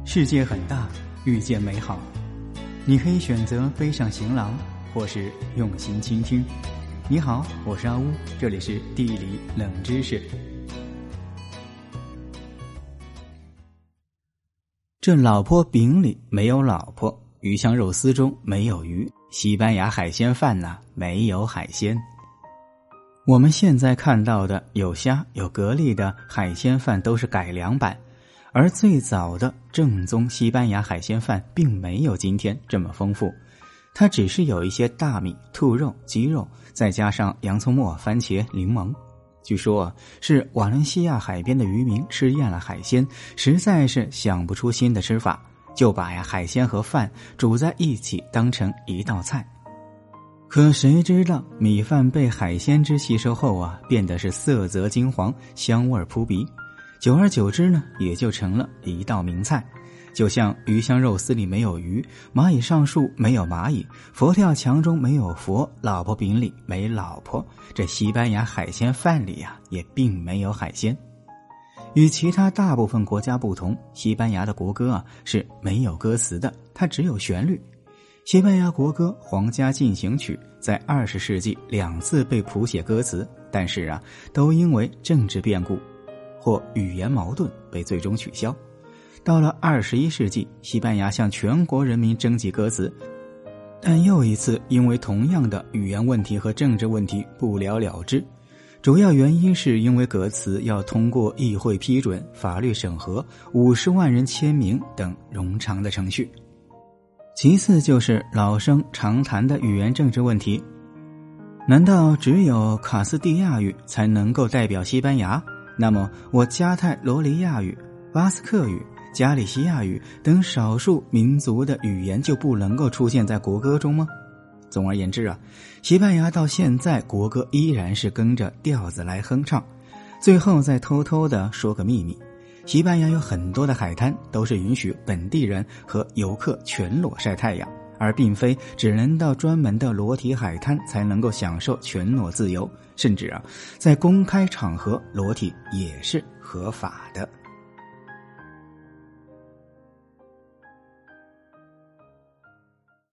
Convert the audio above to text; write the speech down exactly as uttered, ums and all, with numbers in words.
世界很大，遇见美好。你可以选择飞上行囊，或是用心倾听。你好，我是阿乌，这里是地理冷知识。这老婆饼里没有老婆，鱼香肉丝中没有鱼，西班牙海鲜饭呢、啊、没有海鲜。我们现在看到的有虾有蛤蜊的海鲜饭都是改良版，而最早的正宗西班牙海鲜饭并没有今天这么丰富，它只是有一些大米、兔肉、鸡肉，再加上洋葱末、番茄、柠檬。据说是瓦伦西亚海边的渔民吃厌了海鲜，实在是想不出新的吃法，就把呀海鲜和饭煮在一起当成一道菜。可谁知道米饭被海鲜汁吸收后啊，变得是色泽金黄，香味扑鼻，久而久之呢，也就成了一道名菜。就像鱼香肉丝里没有鱼，蚂蚁上树没有蚂蚁，佛跳墙中没有佛，老婆饼里没老婆，这西班牙海鲜饭里啊，也并没有海鲜。与其他大部分国家不同，西班牙的国歌啊是没有歌词的，它只有旋律。西班牙国歌《皇家进行曲》在二十世纪两次被谱写歌词，但是啊，都因为政治变故或语言矛盾被最终取消。到了二十一世纪，西班牙向全国人民征集歌词，但又一次因为同样的语言问题和政治问题不了了之。主要原因是因为歌词要通过议会批准、法律审核、五十万人签名等冗长的程序。其次就是老生常谈的语言政治问题。难道只有卡斯蒂亚语才能够代表西班牙？那么我加泰罗尼亚语、巴斯克语、加利西亚语等少数民族的语言就不能够出现在国歌中吗？总而言之啊，西班牙到现在国歌依然是跟着调子来哼唱。最后再偷偷的说个秘密，西班牙有很多的海滩都是允许本地人和游客全裸晒太阳，而并非只能到专门的裸体海滩才能够享受全裸自由，甚至啊，在公开场合裸体也是合法的。